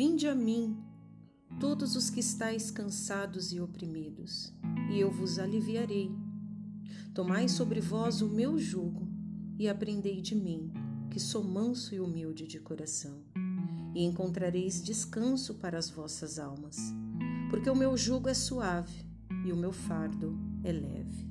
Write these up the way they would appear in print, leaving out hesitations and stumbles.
Vinde a mim, todos os que estáis cansados e oprimidos, e eu vos aliviarei. Tomai sobre vós o meu jugo e aprendei de mim, que sou manso e humilde de coração, e encontrareis descanso para as vossas almas, porque o meu jugo é suave e o meu fardo é leve.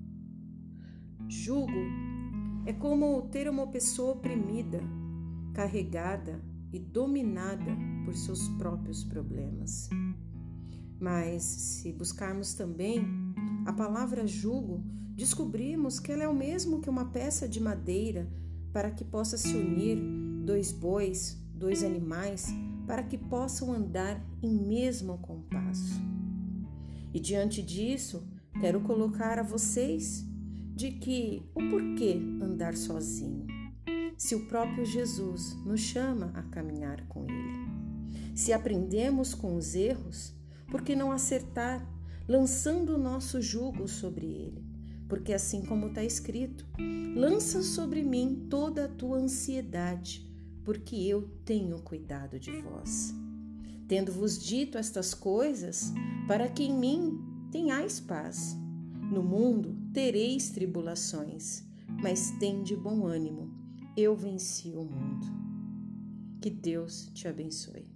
Jugo é como ter uma pessoa oprimida, carregada e dominada por seus próprios problemas. Mas, se buscarmos também a palavra jugo, descobrimos que ela é o mesmo que uma peça de madeira para que possa se unir dois bois, dois animais, para que possam andar em mesmo compasso. E diante disso, quero colocar a vocês de que o porquê andar sozinho, se o próprio Jesus nos chama a caminhar com Ele. Se aprendemos com os erros, por que não acertar, lançando o nosso jugo sobre Ele? Porque assim como está escrito, lança sobre mim toda a tua ansiedade, porque eu tenho cuidado de vós. Tendo-vos dito estas coisas, para que em mim tenhais paz. No mundo tereis tribulações, mas tende bom ânimo. Eu venci o mundo. Que Deus te abençoe.